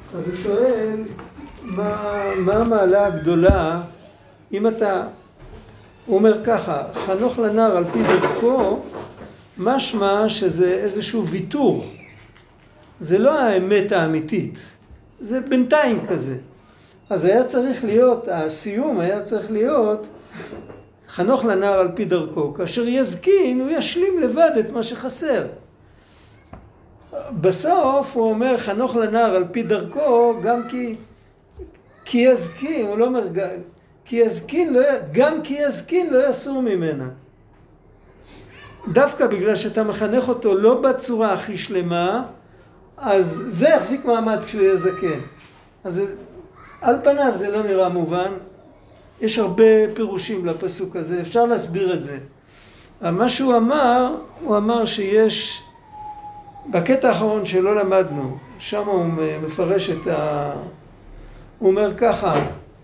אז הוא שואל, מה המעלה הגדולה, אם אתה, הוא אומר ככה, חנוך לנער על פי דרכו, משמע שזה איזשהו ויתור. זה לא האמת האמיתית, זה בינתיים כזה. אז היה צריך להיות, הסיום היה צריך להיות, חנוך לנער על פי דרכו, כאשר יזקין הוא ישלים לבד את מה שחסר. בסוף הוא אומר חנוך לנער על פי דרכו, גם כי יזקין, הוא לא אומר, גם כי יזקין לא יסור ממנה. דווקא בגלל שאתה מחנך אותו לא בצורה הכי שלמה, אז זה יחזיק מעמד כשהוא יהיה זקן. אז על פניו זה לא נראה מובן. יש הרבה פירושים לפסוק הזה, אפשר להסביר את זה. מה שהוא אמר, הוא אמר שיש, בקטע האחרון שלא למדנו, שם הוא מפרש את הוא אומר ככה,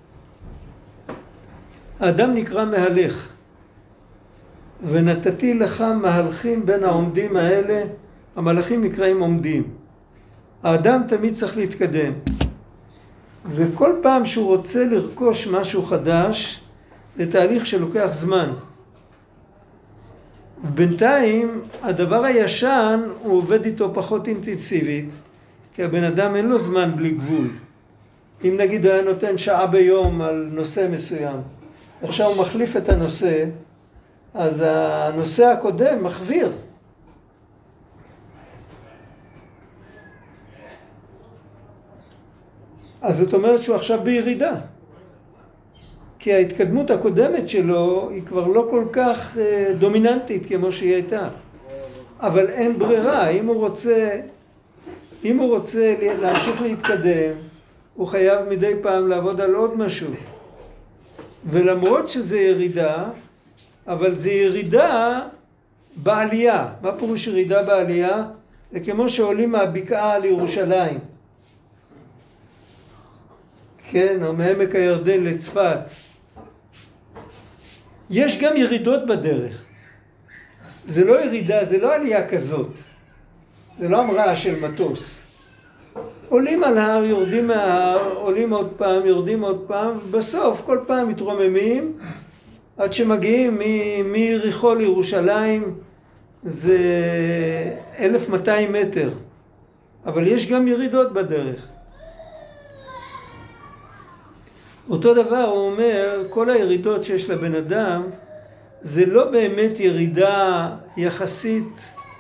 האדם נקרא מהלך, ונתתי לך מהלכים בין העומדים האלה, המלאכים נקראים עומדים. האדם תמיד צריך להתקדם. וכל פעם שהוא רוצה לרכוש משהו חדש, זה תהליך שלוקח זמן. בינתיים, הדבר הישן הוא עובד איתו פחות אינטנסיבית, כי הבן אדם אין לו זמן בלי גבול. אם נגיד היה נותן שעה ביום על נושא מסוים, עכשיו הוא מחליף את הנושא, אז הנושא הקודם מחוויר. אז זאת אומרת שהוא עכשיו בירידה. כי ההתקדמות הקודמת שלו היא כבר לא כל כך דומיננטית כמו שהיא הייתה. אבל אין ברירה, אם הוא רוצה להמשיך להתקדם, הוא חייב מדי פעם לעבוד על עוד משהו. ולמרות שזה ירידה, אבל זה ירידה בעלייה. מה פירוש ירידה בעלייה? זה כמו שעולים מהבקעה לירושלים. כן, או מעמק הירדן לצפת. יש גם ירידות בדרך. זה לא ירידה, זה לא עלייה כזאת. זה לא המראה של מטוס. עולים על ההר, יורדים מההר, עולים עוד פעם, יורדים עוד פעם, בסוף כל פעם מתרוממים, עד שמגיעים מיריחו לירושלים, זה 1200 מטר. אבל יש גם ירידות בדרך. אותו דבר הוא אומר, כל הירידות שיש לבן אדם, זה לא באמת ירידה יחסית,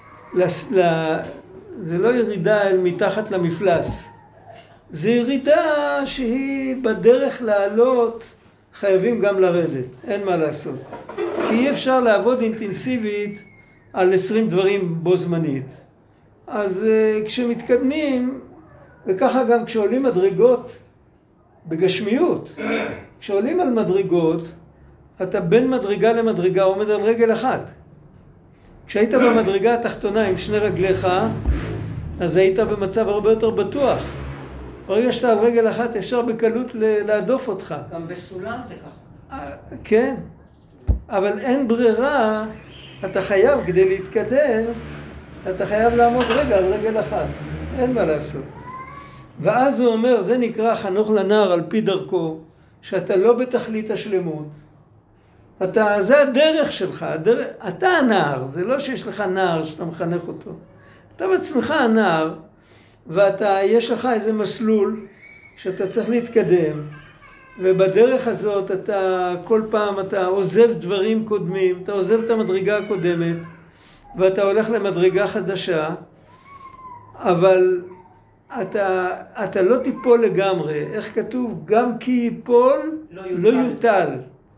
זה לא ירידה אל מתחת למפלס. זה ירידה שהיא בדרך לעלות, חייבים גם לרדת, אין מה לעשות. כי אי אפשר לעבוד אינטנסיבית על 20 דברים בו זמנית. אז כשמתקדמים, וככה גם כשעולים מדרגות, בגשמיות, כשעולים על מדרגות, אתה בין מדרגה למדרגה עומד על רגל אחת. כשהיית במדרגה התחתונה עם שני רגליך, אז היית במצב הרבה יותר בטוח. ברגע שאתה על רגל אחת, אפשר בקלות להדוף אותך. גם בסולם זה ככה. כן, אבל אין ברירה, אתה חייב כדי להתקדם, אתה חייב לעמוד רגע על רגל אחת. אין מה לעשות. ואז הוא אומר, זה נקרא חנוך לנער על פי דרכו, שאתה לא בתכלית השלמות. זה הדרך שלך, אתה הנער, זה לא שיש לך נער שאתה מחנך אותו. אתה בעצמך הנער, יש לך איזה מסלול שאתה צריך להתקדם, ובדרך הזאת כל פעם אתה עוזב דברים קודמים, אתה עוזב את המדרגה הקודמת, ואתה הולך למדרגה חדשה, אבל אתה לא תיפול לגמרי. איך כתוב? גם כי ייפול לא יוטל.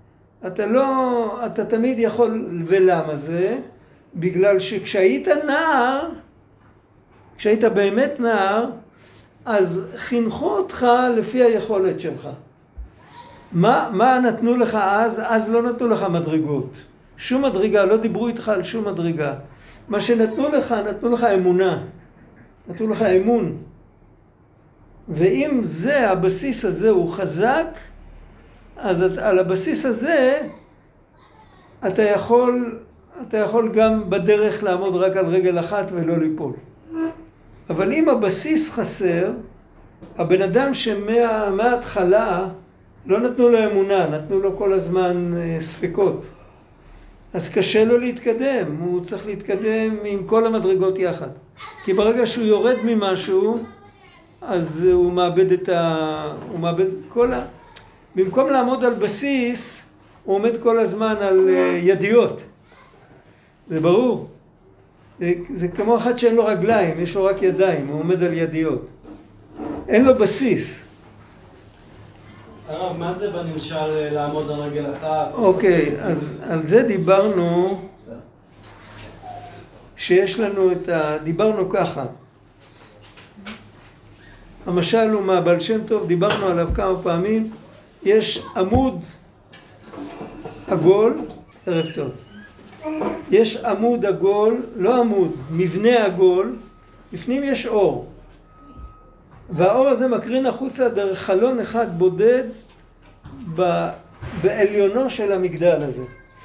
אתה תמיד יכול, ולמה זה? בגלל שכשהיית נער, כשהיית באמת נער, אז חינכו אותך לפי היכולת שלך. מה נתנו לך אז? אז לא נתנו לך מדרגות. שום מדרגה, לא דיברו איתך על שום מדרגה. מה שנתנו לך, נתנו לך אמונה. נתנו לך אמון. ואם זה, הבסיס הזה הוא חזק, אז על הבסיס הזה אתה יכול גם בדרך לעמוד רק על רגל אחת ולא ליפול. אבל אם הבסיס חסר, הבן אדם שמההתחלה לא נתנו לו אמונה, נתנו לו כל הזמן ספקות. אז קשה לו להתקדם, הוא צריך להתקדם עם כל המדרגות יחד. כי ברגע שהוא יורד ממשהו, אז הוא מאבד במקום לעמוד על בסיס, הוא עומד כל הזמן על ידיות. זה ברור. זה כמו אחד שאין לו רגליים, יש לו רק ידיים, הוא עומד על ידיות. אין לו בסיס. הרב, מה זה בנמשל לעמוד על רגל אחת? אוקיי, אז על זה דיברנו, שיש לנו דיברנו ככה. המשל הוא מהבעל שם טוב, דיברנו עליו כמה פעמים. יש עמוד עגול, ערב טוב. יש עמוד עגול, לא עמוד, מבנה עגול, בפנים יש אור. והאור הזה מקרין החוצה דרך חלון אחד בודד בעליונו של המגדל הזה.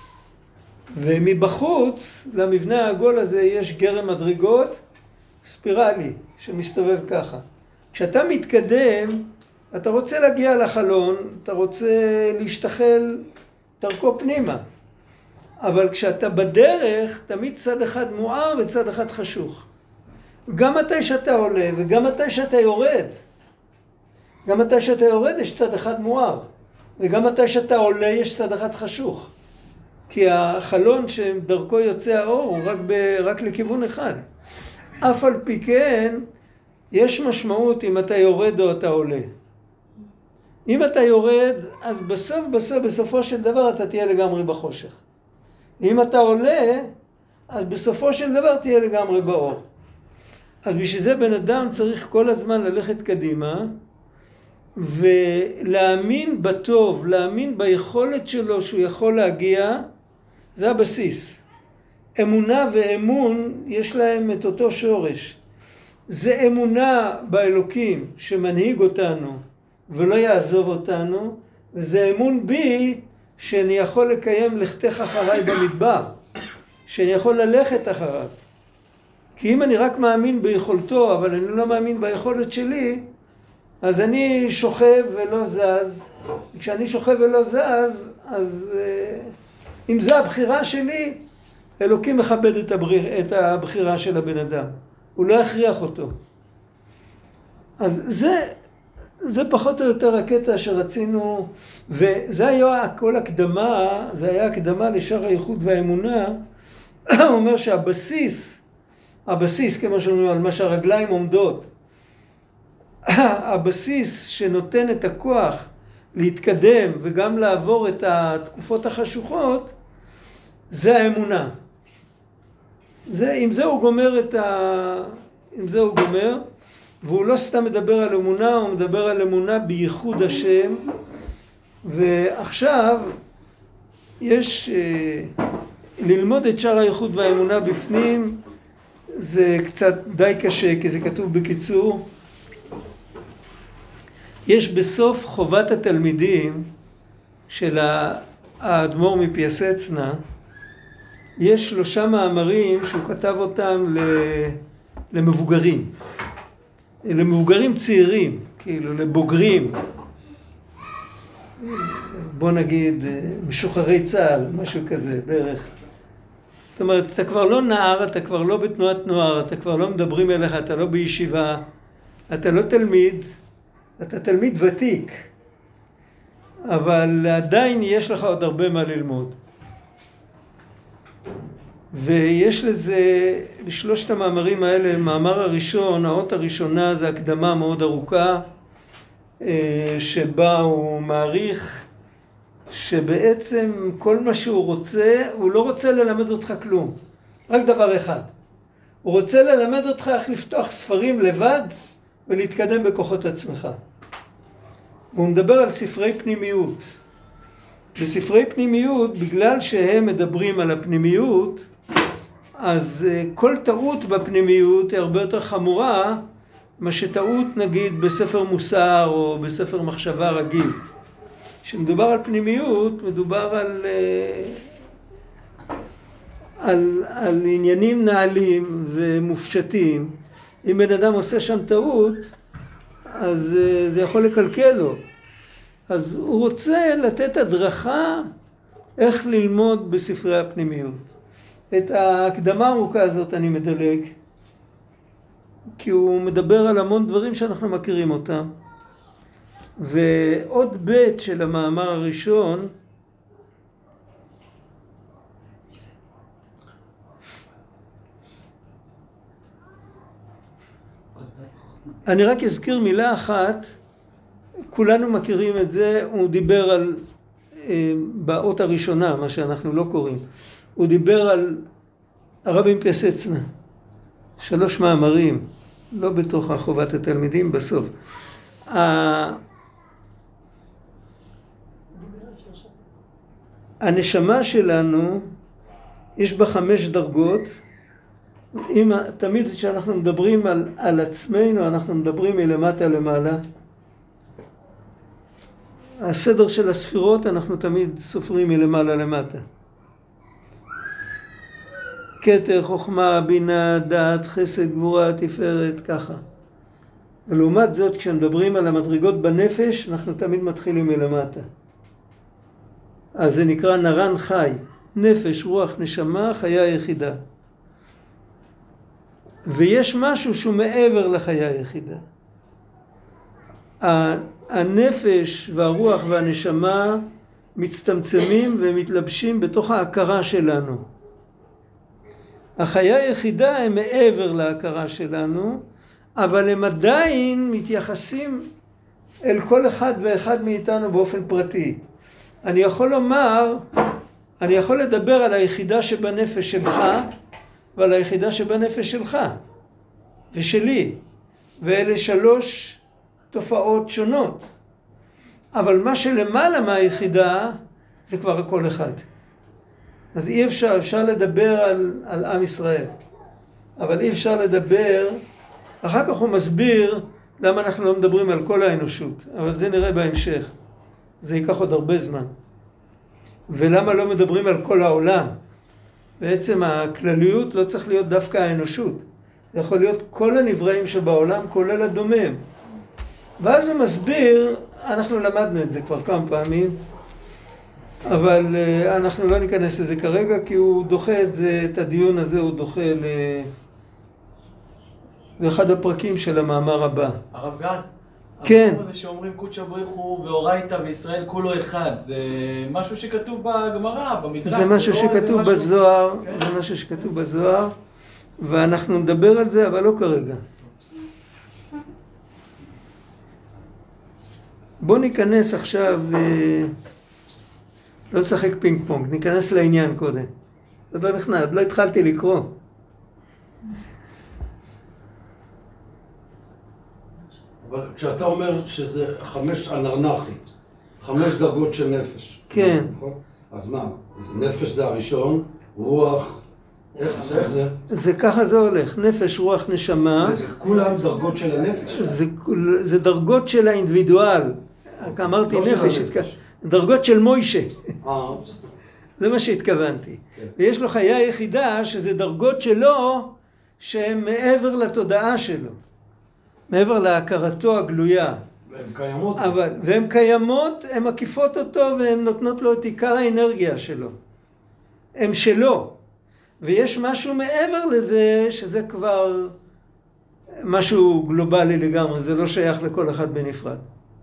ומבחוץ למבנה העגול הזה יש גרם מדרגות ספירלי שמסתובב ככה. כשאתה מתקדם, אתה רוצה להגיע לחלון, אתה רוצה להשתחל דרכו פנימה. אבל כשאתה בדרך, תמיד צד אחד מואר וצד אחד חשוך. גם מתי שאתה עולה וגם מתי שאתה יורד. גם מתי שאתה יורד יש צד אחד מואר. וגם מתי שאתה עולה יש צד אחד חשוך. כי החלון שדרכו יוצא האור הוא רק לכיוון אחד. אף על פי כן, יש משמעות אם אתה יורד או אתה עולה. אם אתה יורד, אז בסופו של דבר אתה תהיה לגמרי בחושך. אם אתה עולה, אז בסופו של דבר תהיה לגמרי באור. אז בשביל זה בן אדם צריך כל הזמן ללכת קדימה, ולהאמין בטוב, להאמין ביכולת שלו שהוא יכול להגיע, זה הבסיס. אמונה ואמון יש להם את אותו שורש. זה אמונה באלוקים שמנהיג אותנו ולא יעזוב אותנו, וזה אמון בי שאני יכול לקיים לכתך אחריי במדבר, שאני יכול ללכת אחריו. כי אם אני רק מאמין ביכולתו, אבל אני לא מאמין ביכולת שלי, אז אני שוכב ולא זז. וכשאני שוכב ולא זז, אז אם זו הבחירה שלי, אלוקים מכבד את הבחירה של הבן אדם. הוא לא יכריח אותו. אז זה פחות או יותר הקטע שרצינו, וזה היה כל הקדמה, זה היה הקדמה לשאר הייחוד והאמונה. הוא אומר שהבסיס, כמו שאומרים על מה שהרגליים עומדות, הבסיס שנותן את הכוח להתקדם וגם לעבור את התקופות החשוכות, זה האמונה. עם זה הוא גומר, והוא לא סתם מדבר על אמונה, הוא מדבר על אמונה בייחוד השם. ועכשיו יש ללמוד את שאר הייחוד והאמונה בפנים, זה קצת די קשה, כי זה כתוב בקיצור. יש בסוף חובת התלמידים של האדמו"ר מפיאסצנה, יש 3 מאמרים שהוא כתב אותם למבוגרים צעירים, כאילו לבוגרים, בוא נגיד משוחררי צה"ל, משהו כזה בערך. זאת אומרת, אתה כבר לא נער, אתה כבר לא בתנועת נוער, אתה כבר לא מדברים אליך, אתה לא בישיבה, אתה לא תלמיד, אתה תלמיד ותיק, אבל עדיין יש לך עוד הרבה מה ללמוד. ויש לזה, בשלושת המאמרים האלה, מאמר הראשון, האות הראשונה זה הקדמה מאוד ארוכה, שבה הוא מעריך שבעצם כל מה שהוא רוצה, הוא לא רוצה ללמד אותך כלום. רק דבר אחד. הוא רוצה ללמד אותך איך לפתוח ספרים לבד ולהתקדם בכוחות עצמך. והוא מדבר על ספרי פנימיות. בספרי פנימיות, בגלל שהם מדברים על הפנימיות, אז כל טעות בפנימיות היא הרבה יותר חמורה, מה שטעות נגיד בספר מוסר או בספר מחשבה רגיל. כשמדובר על פנימיות, מדובר על עניינים נעלים ומופשטים. אם בן אדם עושה שם טעות, אז זה יכול לקלקל לו. אז הוא רוצה לתת הדרכה איך ללמוד בספרי הפנימיות. את ההקדמה הארוכה הזאת אני מדלג, כי הוא מדבר על המון דברים שאנחנו מכירים אותם. ועוד בית של המאמר הראשון, אני רק אזכיר מילה אחת, כולנו מכירים את זה, הוא דיבר על, באות הראשונה, מה שאנחנו לא קוראים, הוא דיבר על הרבי מפייסצנה, 3 מאמרים, לא בתוך חובת התלמידים, בסוף. הנשמה שלנו, יש בה 5 דרגות, תמיד כשאנחנו מדברים על עצמנו, אנחנו מדברים מלמטה למעלה. הסדר של הספירות, אנחנו תמיד סופרים מלמעלה למטה. כתר, חוכמה, בינה, דעת, חסד, גבורה, תפארת, ככה. ולעומת זאת, כשמדברים על המדרגות בנפש, אנחנו תמיד מתחילים מלמטה. אז זה נקרא נרן חי, נפש, רוח, נשמה, חיה יחידה. ויש משהו שהוא מעבר לחיה היחידה. הנפש והרוח והנשמה מצטמצמים ומתלבשים בתוך ההכרה שלנו. החיה היחידה הם מעבר להכרה שלנו, אבל הם עדיין מתייחסים אל כל אחד ואחד מאיתנו באופן פרטי. אני יכול לדבר על היחידה שבנפש שלך, ועל היחידה שבנפש שלך ושלי, ואלה 3 תופעות שונות. אבל מה שלמעלה מהיחידה זה כבר הכל אחד. אז אפשר לדבר על עם ישראל, אבל אי אפשר לדבר, אחר כך הוא מסביר למה אנחנו לא מדברים על כל האנושות, אבל זה נראה בהמשך, זה ייקח עוד הרבה זמן. ולמה לא מדברים על כל העולם? בעצם הכלליות לא צריך להיות דווקא האנושות. זה יכול להיות כל הנבראים שבעולם, כולל הדומם. ואז הוא מסביר, אנחנו למדנו את זה כבר כמה פעמים, אבל אנחנו לא ניכנס לזה כרגע, כי הוא דוחה את הדיון הזה, הוא דוחה לאחד הפרקים של המאמר הבא. הרב גד? כן. המקום הזה שאומרים קודשא בריך הוא ואורייתא וישראל כולו אחד, זה משהו שכתוב בגמרא, במדרש. זה משהו שכתוב בזוהר, זה משהו שכתוב בזוהר, ואנחנו נדבר על זה, אבל לא כרגע. בוא ניכנס עכשיו, לא נשחק פינג פונג, ניכנס לעניין קודם. זה לא נחנד, לא התחלתי לקרוא. אבל כשאתה אומר שזה 5 אנרנחי, 5 דרגות של נפש. כן. נכון? אז מה? אז נפש זה הראשון, רוח, איך זה? זה ככה זה הולך, נפש, רוח, נשמה. וזה כולם דרגות של הנפש? זה דרגות של האינדיבידואל. אמרתי נפש, דרגות של מוישה. זה מה שהתכוונתי. ויש לו חיה יחידה שזה דרגות שלו שהן מעבר לתודעה שלו. מעבר להכרתו הגלויה. והן קיימות. והן קיימות, הן מקיפות אותו והן נותנות לו את עיקר האנרגיה שלו. הן שלו. ויש משהו מעבר לזה שזה כבר משהו גלובלי לגמרי, זה לא שייך לכל אחד בנפרד.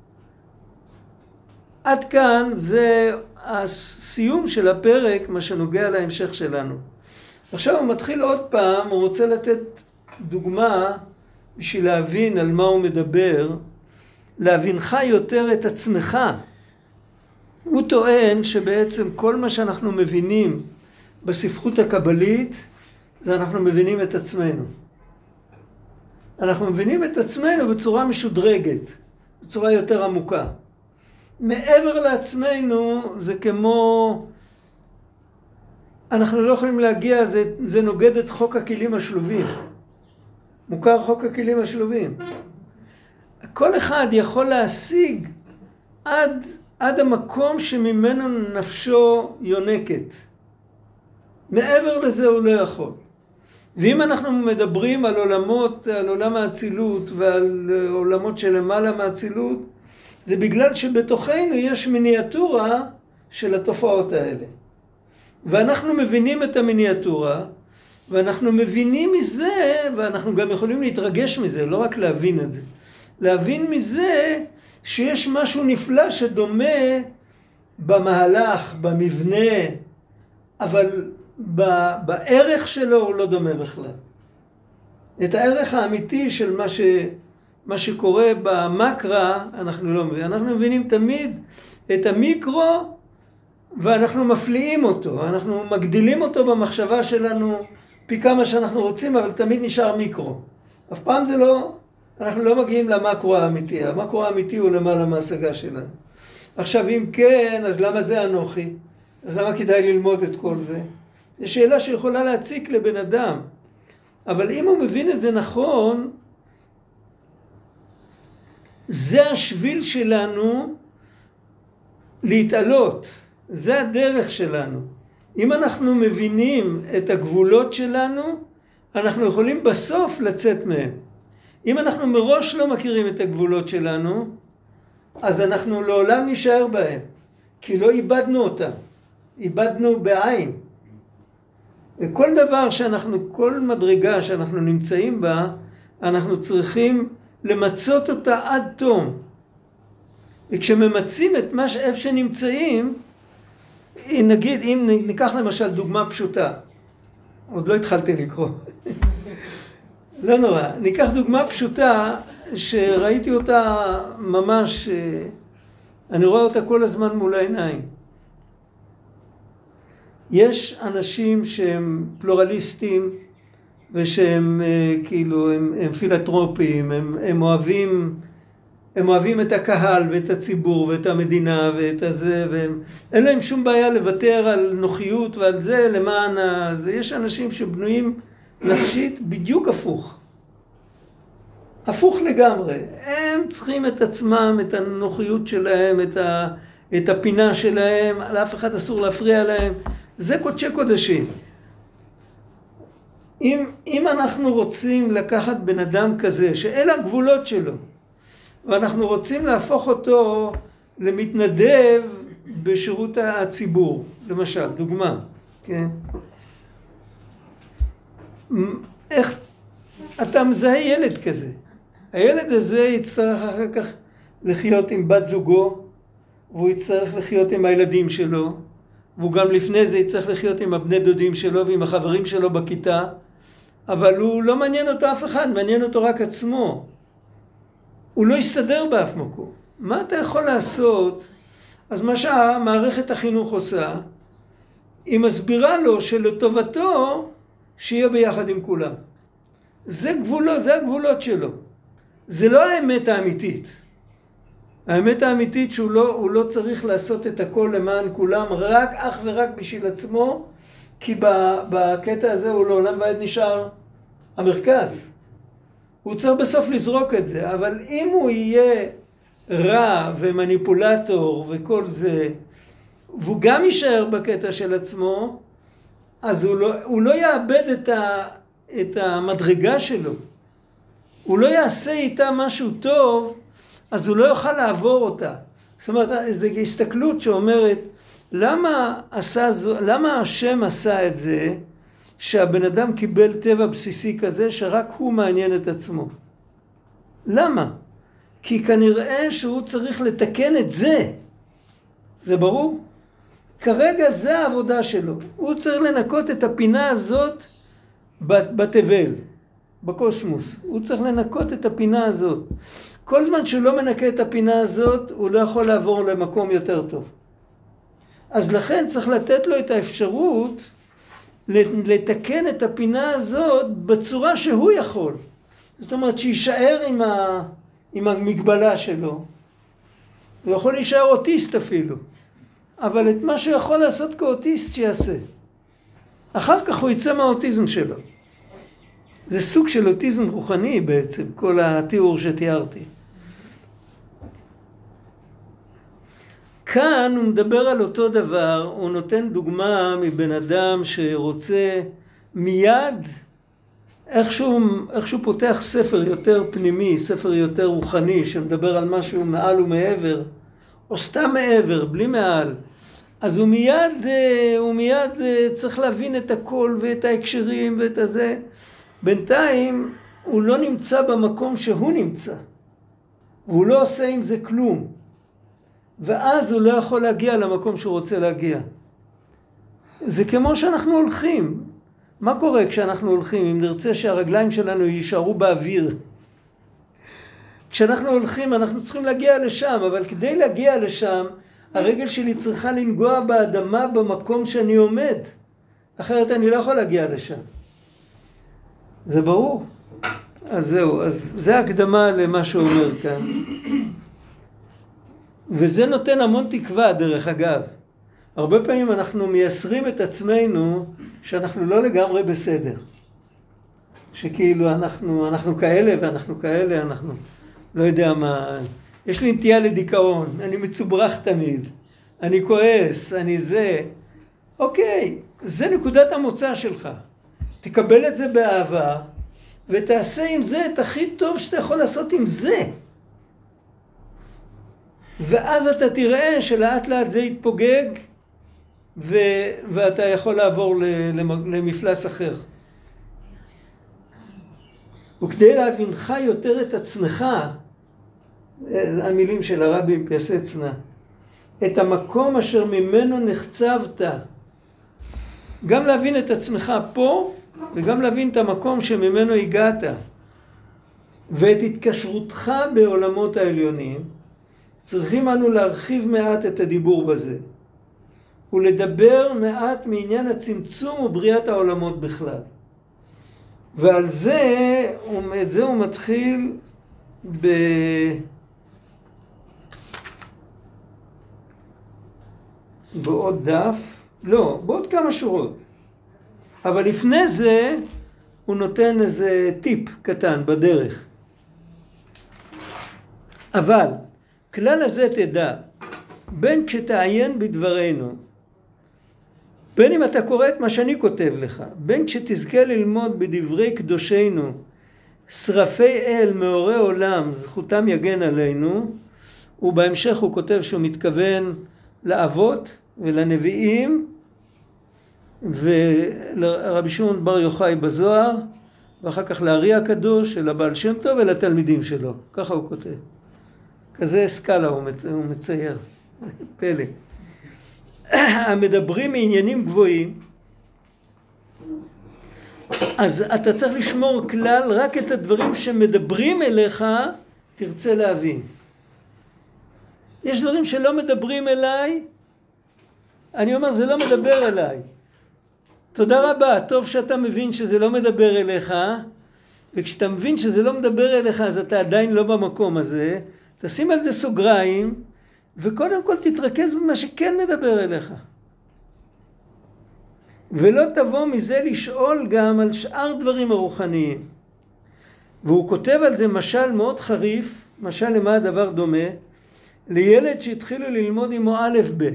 עד כאן זה הסיום של הפרק, מה שנוגע להמשך שלנו. עכשיו הוא מתחיל עוד פעם, הוא רוצה לתת דוגמה בשביל להבין על מה הוא מדבר, להבינך יותר את עצמך. הוא טוען שבעצם כל מה שאנחנו מבינים בספרות הקבלית, זה אנחנו מבינים את עצמנו. אנחנו מבינים את עצמנו בצורה משודרגת, בצורה יותר עמוקה. מעבר לעצמנו זה כמו, אנחנו לא יכולים להגיע, זה נוגד את חוק הכלים השלובים. מוכר חוק הכלים השלובים. כל אחד יכול להשיג עד המקום שממנו נפשו יונקת. מעבר לזה הוא לא יכול. ואם אנחנו מדברים על עולמות, על עולם האצילות ועל עולמות שלמעלה מהאצילות, זה בגלל שבתוכנו יש מיניאטורה של התופעות האלה. ואנחנו מבינים את המיניאטורה, ואנחנו מבינים מזה, ואנחנו גם יכולים להתרגש מזה, לא רק להבין את זה. להבין מזה שיש משהו נפלא שדומה במהלך, במבנה, אבל בערך שלו הוא לא דומה בכלל. את הערך האמיתי של מה שקורה במקרא אנחנו לא מבינים. אנחנו מבינים תמיד את המיקרו ואנחנו מפליאים אותו. אנחנו מגדילים אותו במחשבה שלנו פי כמה שאנחנו רוצים, אבל תמיד נשאר מיקרו. אף פעם זה לא, אנחנו לא מגיעים למקרו האמיתי. המקרו האמיתי הוא למעלה מההשגה שלנו. עכשיו אם כן, אז למה זה אנוכי? אז למה כדאי ללמוד את כל זה? זו שאלה שיכולה להציק לבן אדם. אבל אם הוא מבין את זה נכון, זה השביל שלנו להתעלות. זה הדרך שלנו. אם אנחנו מבינים את הגבולות שלנו, אנחנו יכולים בסוף לצאת מהם. אם אנחנו מראש לא מכירים את הגבולות שלנו, אז אנחנו לעולם נשאר בהם. כי לא איבדנו אותם. איבדנו בעין. וכל דבר שאנחנו, כל מדרגה שאנחנו נמצאים בה, אנחנו צריכים למצות אותה עד תום. וכשממצים את איפה שנמצאים, נגיד, אם ניקח למשל דוגמה פשוטה, עוד לא התחלתי לקרוא, לא נורא, ניקח דוגמה פשוטה שראיתי אותה ממש, אני רואה אותה כל הזמן מול העיניים. יש אנשים שהם פלורליסטים ושהם כאילו הם פילנתרופים, הם אוהבים את הקהל ואת הציבור ואת המדינה ואת הזה, ואין להם שום בעיה לוותר על נוחיות ועל זה למען זה. יש אנשים שבנויים נפשית בדיוק הפוך לגמרי. הם צריכים את עצמם, את הנוחיות שלהם, את הפינה שלהם, לאף אחד אסור להפריע להם. זה קודשי קודשים. אם אנחנו רוצים לקחת בן אדם כזה, שאלה הגבולות שלו, ואנחנו רוצים להפוך אותו למתנדב בשירות הציבור, למשל, דוגמה, כן? איך אתה מזהה ילד כזה? הילד הזה יצטרך אחר כך לחיות עם בת זוגו, והוא יצטרך לחיות עם הילדים שלו, והוא גם לפני זה יצטרך לחיות עם הבני דודים שלו ועם החברים שלו בכיתה, אבל הוא לא מעניין אותו אף אחד, מעניין אותו רק עצמו. הוא לא יסתדר באף מקום. מה אתה יכול לעשות? אז מה שהמערכת החינוך עושה, היא מסבירה לו שלטובתו שיהיה ביחד עם כולם. זה הגבולות שלו. זה לא האמת האמיתית. האמת האמיתית שהוא לא צריך לעשות את הכל למען כולם, רק אך ורק בשביל עצמו, כי בקטע הזה הוא לעולם ועד נשאר המרכז. הוא צריך בסוף לזרוק את זה, אבל אם הוא יהיה רע ומניפולטור וכל זה, והוא גם יישאר בקטע של עצמו, אז הוא לא יאבד את המדרגה שלו. הוא לא יעשה איתה משהו טוב, אז הוא לא יוכל לעבור אותה. זאת אומרת, זו הסתכלות שאומרת, למה השם עשה את זה, שהבן אדם קיבל טבע בסיסי כזה, שרק הוא מעניין את עצמו? למה? כי כנראה שהוא צריך לתקן את זה. זה ברור? כרגע זה העבודה שלו. הוא צריך לנקות את הפינה הזאת בתבל, בקוסמוס. הוא צריך לנקות את הפינה הזאת. כל זמן שהוא לא מנקה את הפינה הזאת, הוא לא יכול לעבור למקום יותר טוב. אז לכן צריך לתת לו את האפשרות לתקן את הפינה הזאת בצורה שהוא יכול. זאת אומרת שישאר עם המגבלה שלו. הוא יכול להישאר אוטיסט אפילו. אבל את מה שהוא יכול לעשות כאוטיסט שיעשה. אחר כך הוא יצא מהאוטיזם שלו. זה סוג של אוטיזם רוחני בעצם, כל התיאור שתיארתי. כאן הוא מדבר על אותו דבר, הוא נותן דוגמה מבן אדם שרוצה מיד איכשהו פותח ספר יותר פנימי, ספר יותר רוחני, שמדבר על משהו מעל ומעבר, או סתם מעבר, בלי מעל, אז הוא מיד צריך להבין את הכל ואת ההקשרים ואת הזה. בינתיים הוא לא נמצא במקום שהוא נמצא, והוא לא עושה עם זה כלום, ואז הוא לא יכול להגיע למקום שהוא רוצה להגיע. זה כמו שאנחנו הולכים. מה קורה כשאנחנו הולכים? אם נרצה שהרגליים שלנו יישארו באוויר. כשאנחנו הולכים אנחנו צריכים להגיע לשם, אבל כדי להגיע לשם, הרגל שלי צריכה לנגוע באדמה במקום שאני עומד. אחרת אני לא יכול להגיע לשם. זה ברור? אז זהו, אז זה הקדמה למה שהוא אומר כאן. וזה נותן המון תקווה דרך אגב. הרבה פעמים אנחנו מייסרים את עצמנו שאנחנו לא לגמרי בסדר. שכאילו אנחנו כאלה ואנחנו כאלה, אנחנו לא יודע מה. יש לי נטייה לדיכאון, אני מצוברח תמיד, אני כועס, אני זה. אוקיי, זה נקודת המוצא שלך. תקבל את זה באהבה ותעשה עם זה את הכי טוב שאתה יכול לעשות עם זה. ואז אתה תראה שלאט לאט זה יתפוגג ואתה יכול לעבור למפלס אחר. וכדי להבינך יותר את עצמך, המילים של הרבי מפייסצנה, את המקום אשר ממנו נחצבת, גם להבין את עצמך פה וגם להבין את המקום שממנו הגעת, ואת התקשרותך בעולמות העליונים, צריכים אנו להרחיב מעט את הדיבור בזה, ולדבר מעט מעניין הצמצום ובריאת העולמות בכלל. ועל זה, את זה הוא מתחיל בעוד דף, לא, בעוד כמה שורות. אבל לפני זה הוא נותן איזה טיפ קטן בדרך. אבל כלל הזה תדע, בין כשתעיין בדברנו, בין אם אתה קורא את מה שאני כותב לך, בין כשתזכה ללמוד בדברי קדושנו, שרפי אל מאורי עולם, זכותם יגן עלינו, ובהמשך הוא כותב שהוא מתכוון לאבות ולנביאים, ולרבי שמעון בר יוחאי בזוהר, ואחר כך לארי הקדוש, לבעל שם טוב ולתלמידים שלו. ככה הוא כותב. כזה סקאלה הוא מצייר. פלא. המדברים מעניינים גבוהים, אז אתה צריך לשמור כלל, רק את הדברים שמדברים אליך תרצה להבין. יש דברים שלא מדברים אליי, אני אומר זה לא מדבר אליי. תודה רבה, טוב שאתה מבין שזה לא מדבר אליך, וכשאתה מבין שזה לא מדבר אליך אז אתה עדיין לא במקום הזה, תשים על זה סוגריים, וקודם כל תתרכז במה שכן מדבר אליך. ולא תבוא מזה לשאול גם על שאר דברים הרוחניים. והוא כותב על זה משל מאוד חריף, משל למה הדבר דומה, לילד שהתחילו ללמוד עמו א' ב'.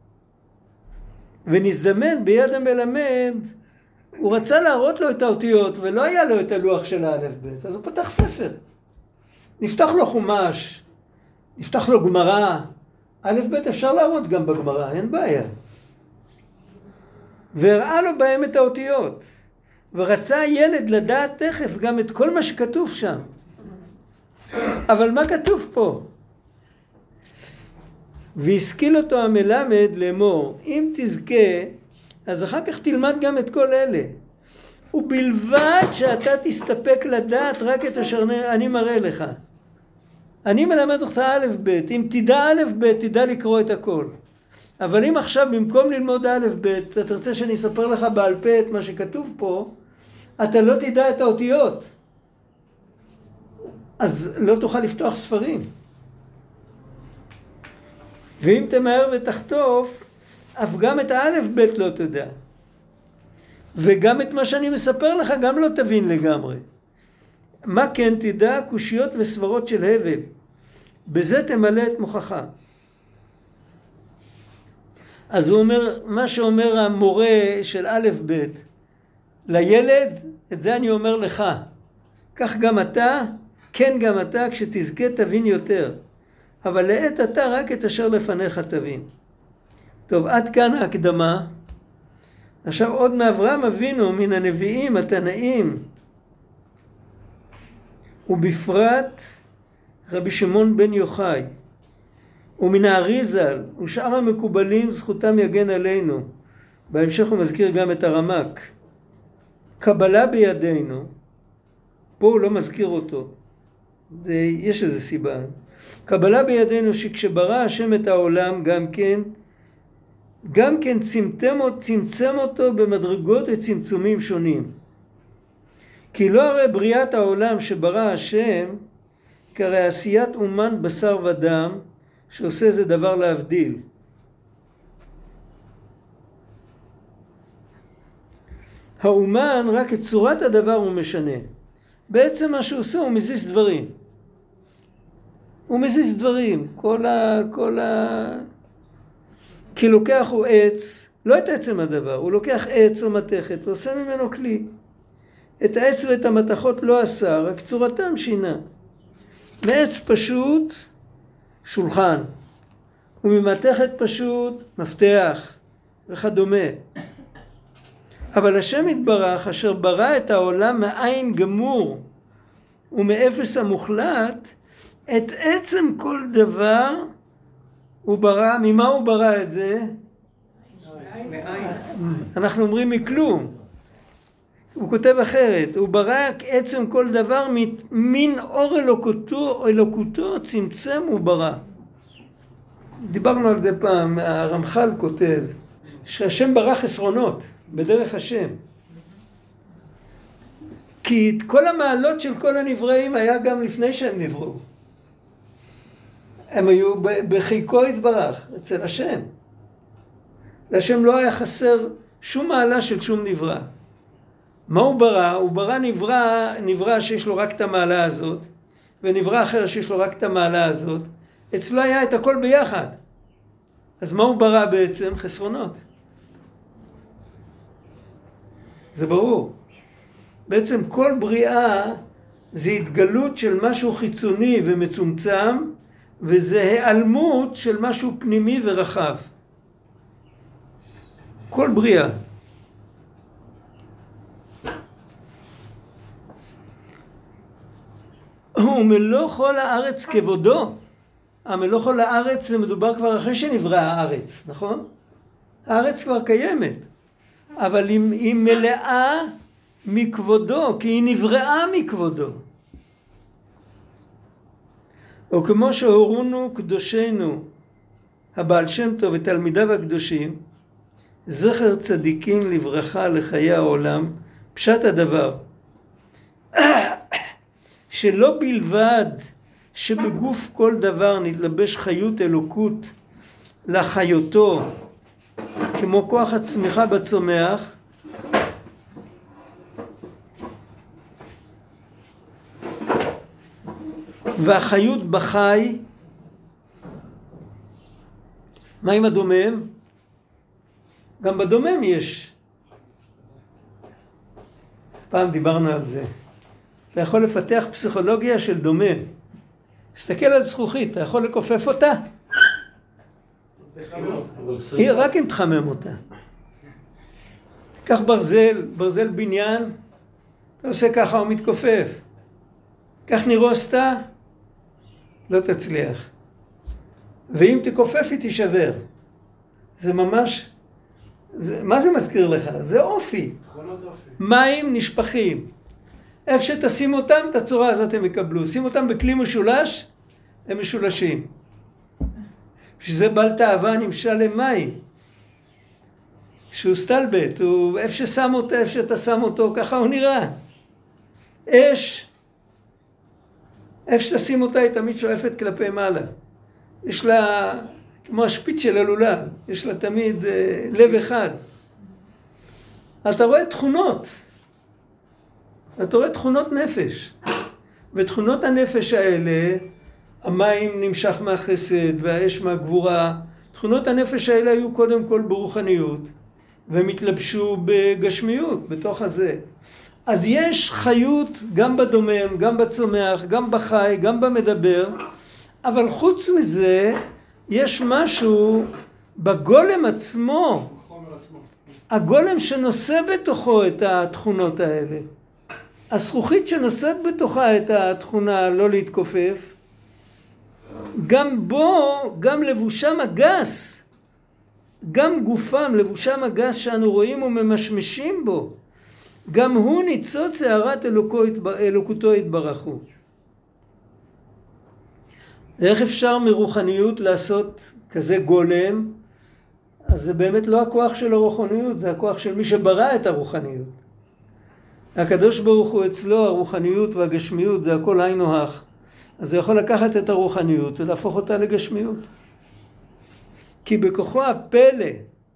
ונזדמן ביד המלמד, הוא רצה להראות לו את האותיות, ולא היה לו את הלוח של א' ב'. אז הוא פתח ספר. נפתח לו חומש, נפתח לו גמרא, א' ב' אפשר להראות גם בגמרא, אין בעיה. והראה לו בהם את האותיות. ורצה הילד לדעת תכף גם את כל מה שכתוב שם. אבל מה כתוב פה? והשכיל אותו המלמד לאמור, אם תזכה, אז אחר כך תלמד גם את כל אלה. ובלבד שאתה תסתפק לדעת רק את אשר אני מראה לך. אני מלמד אותך א' ב', אם תדע א' ב', תדע לקרוא את הכל. אבל אם עכשיו במקום ללמוד א' ב', אתה תרצה שאני אספר לך בעל פה את מה שכתוב פה, אתה לא תדע את האותיות. אז לא תוכל לפתוח ספרים. ואם תמהר ותחטוף, אף גם את האלף ב' לא תדע. וגם את מה שאני מספר לך גם לא תבין לגמרי. מה כן תדע? קושיות וסברות של הבל. בזה תמלא את מוכחה. אז הוא אומר, מה שאומר המורה של א' ב', לילד, את זה אני אומר לך. כך גם אתה, כן גם אתה, כשתזכה תבין יותר. אבל לעת אתה רק את אשר לפניך תבין. טוב, עד כאן ההקדמה. עכשיו עוד מאברהם אבינו, מן הנביאים, התנאים, ובפרט רבי שמעון בן יוחאי, ומן האריז"ל, ושאר המקובלים, זכותם יגן עלינו. בהמשך הוא מזכיר גם את הרמ"ק. קבלה בידינו, פה הוא לא מזכיר אותו, יש איזו סיבה. קבלה בידינו שכשברא השם את העולם גם כן צמצם אותו במדרגות וצמצומים שונים. כי לא הרי בריאת העולם שברא השם, כהרי עשיית אומן בשר ודם, שעושה איזה דבר להבדיל. האומן רק את צורת הדבר הוא משנה. בעצם מה שהוא עושה הוא מזיז דברים. הוא מזיז דברים. כי לוקח הוא עץ, לא את עצם הדבר, הוא לוקח עץ או מתכת, הוא עושה ממנו כלי. את העץ ואת המתכות לא עשה, רק צורתם שינה. מעץ פשוט, שולחן. וממתכת פשוט, מפתח וכדומה. אבל השם יתברך, אשר ברא את העולם מאין גמור ומאפס המוחלט, את עצם כל דבר הוא ברא. ממה הוא ברא את זה? אנחנו אומרים מכלום. הוא כותב אחרת, הוא ברא עצם כל דבר מן אור אלוקותו צמצם הוא ברא. דיברנו על זה פעם, הרמח"ל כותב שהשם ברא חסרונות בדרך השם. כי את כל המעלות של כל הנבראים היה גם לפני שהם נבראו. הם היו בחיקו התברך, אצל השם. להשם לא היה חסר שום מעלה של שום נברא. מה הוא ברא? הוא ברא נברא שיש לו רק את המעלה הזאת, ונברא אחר שיש לו רק את המעלה הזאת. אצלו היה את הכל ביחד. אז מה הוא ברא בעצם? חסרונות. זה ברור. בעצם כל בריאה זה התגלות של משהו חיצוני ומצומצם, וזה העלמות של משהו פנימי ורחב. כל בריאה. ומלוא כל הארץ כבודו. המלוא כל הארץ זה מדובר כבר אחרי שנברא הארץ, נכון? הארץ כבר קיימת. אבל היא מלאה מכבודו, כי היא נבראה מכבודו. או כמו שהורונו קדושנו, הבעל שם טוב ותלמידיו הקדושים, זכר צדיקים לברכה לחיי העולם, פשט הדבר. שלא בלבד שבגוף כל דבר נתלבש חיות אלוקות לחיותו, כמו כוח הצמיחה בצומח, והחיות בחי. מה עם הדומם? גם בדומם יש. פעם דיברנו על זה. אתה יכול לפתח פסיכולוגיה של דומם. תסתכל על זכוכית, אתה יכול לקופף אותה? היא רק אם תחמם אותה. קח ברזל בניין, אתה עושה ככה, הוא מתכופף. קח נירוסטה, לא תצליח. ואם תכופף היא תישבר. זה ממש, מה זה מזכיר לך? זה אופי. מים נשפכים. איפה שתשים אותם, את הצורה הזאת הם יקבלו. שים אותם בכלי משולש, הם משולשים. שזה בעל תאווה נמשל למים. שהוא סטלבט, איפה ששם אותו, איפה שאתה שם אותו, ככה הוא נראה. אש, איפה שתשים אותה היא תמיד שואפת כלפי מעלה. יש לה, כמו השפיץ של הלולב, יש לה תמיד לב אחד. אתה רואה תכונות. אתה רואה תכונות נפש. ותכונות הנפש האלה, המים נמשך מהחסד והאש מהגבורה. תכונות הנפש האלה היו קודם כל ברוחניות. והם התלבשו בגשמיות, בתוך הזה. אז יש חיות גם בדומם, גם בצומח, גם בחי, גם במדבר, אבל חוץ מזה, יש משהו בגולם עצמו, הגולם שנושא בתוכו את התכונות האלה. הזכוכית שנושאת בתוכה את התכונה לא להתכופף, גם בו, גם לבושם הגס, גם גופם, לבושם הגס שאנו רואים וממשמשים בו, גם הוא ניצוץ הערת אלוקותו התברכו. איך אפשר מרוחניות לעשות כזה גולם? אז זה באמת לא הכוח של הרוחניות, זה הכוח של מי שברא את הרוחניות. הקדוש ברוך הוא אצלו, הרוחניות והגשמיות זה הכל היינו הך. אז הוא יכול לקחת את הרוחניות ולהפוך אותה לגשמיות. כי בכוחו הפלא,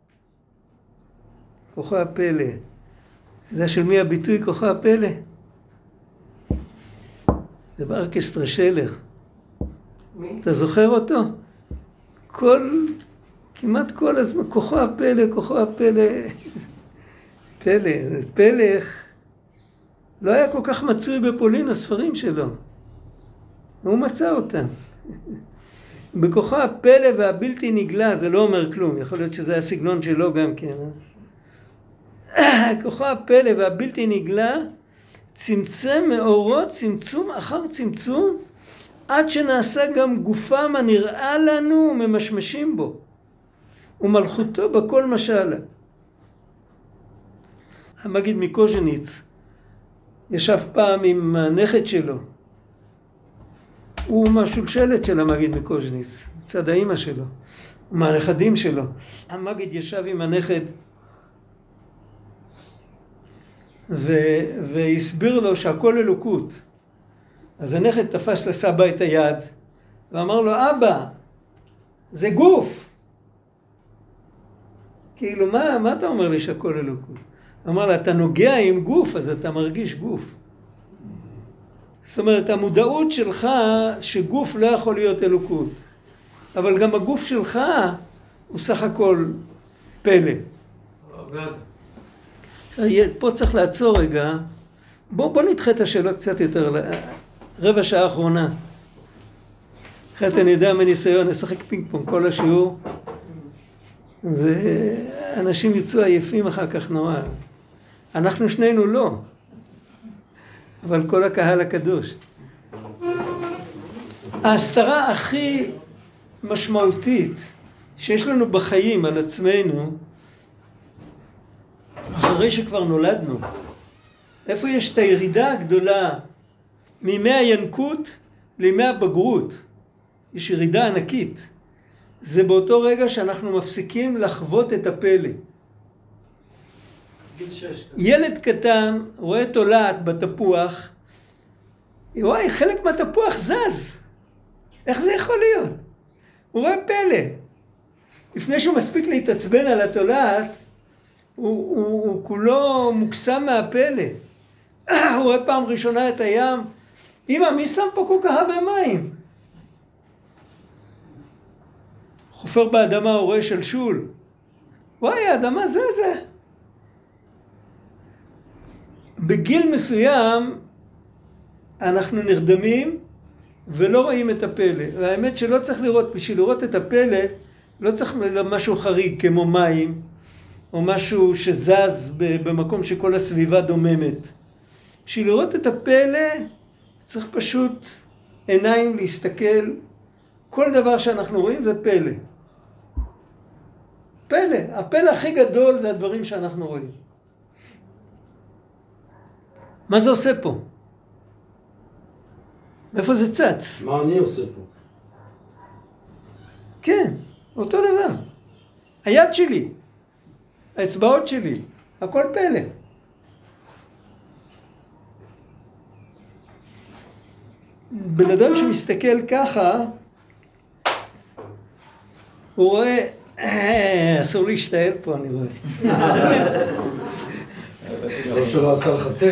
כוחו הפלא, זה של מי הביטוי כוחו הפלא? זה בארקסטרה שלך. אתה זוכר אותו? כמעט כל הזמן, כוחו הפלא, כוחו הפלא. פלא, פלך לא היה כל כך מצוי בפולין הספרים שלו. הוא מצא אותם. בכוחו הפלא והבלתי נגלה, זה לא אומר כלום, יכול להיות שזה הסגנון שלו גם כן. כוחו הפלא והבלתי נגלה, צמצם מאורות, צמצום אחר צמצום, עד שנעשה גם גופם הנראה לנו וממשמשים בו, ומלכותו בכל משלה. המגיד מקוז'ניץ ישב פעם עם הנכד שלו, הוא מהשולשלת של המגיד מקוז'ניץ, מצד האמא שלו, מהנכדים שלו. המגיד ישב עם הנכד והסביר לו שהכל אלוקות. אז הנכד תפס לסבא את היד ואמר לו, אבא, זה גוף. כאילו, מה אתה אומר לי שהכל אלוקות? אמר לה, אתה נוגע עם גוף, אז אתה מרגיש גוף. זאת אומרת, המודעות שלך שגוף לא יכול להיות אלוקות. אבל גם הגוף שלך הוא סך הכל פלא. פה צריך לעצור רגע. בוא נדחה את השאלות קצת יותר, רבע שעה האחרונה. אחרת אני יודע מניסיון, נשחק פינג פונג כל השיעור. ואנשים יצאו עייפים אחר כך נורא. אנחנו שנינו לא. אבל כל הקהל הקדוש. ההסתרה הכי משמעותית שיש לנו בחיים על עצמנו, אחרי שכבר נולדנו, איפה יש את הירידה הגדולה מימי הינקות לימי הבגרות? יש ירידה ענקית. זה באותו רגע שאנחנו מפסיקים לחוות את הפלא. ילד קטן רואה תולעת בתפוח, וואי, חלק מהתפוח זז. איך זה יכול להיות? הוא רואה פלא. לפני שהוא מספיק להתעצבן על התולעת, הוא כולו מוקסם מהפלא. הוא רואה פעם ראשונה את הים, אמא, מי שם פה כל כך הרבה מים? חופר באדמה, הוא רואה שלשול. וואי, האדמה זה. בגיל מסוים אנחנו נרדמים ולא רואים את הפלא. והאמת שלא צריך לראות, בשביל לראות את הפלא, לא צריך משהו חריג כמו מים, או משהו שזז במקום שכל הסביבה דוממת. בשביל לראות את הפלא, צריך פשוט עיניים להסתכל. כל דבר שאנחנו רואים זה פלא. פלא. הפלא הכי גדול זה הדברים שאנחנו רואים. מה זה עושה פה? מאיפה זה צץ? מה אני עושה פה? כן, אותו דבר. היד שלי, האצבעות שלי, הכל פלא. בן אדם שמסתכל ככה, הוא רואה, אסור להשתעל פה, אני רואה. לא שלא עשה לך תה.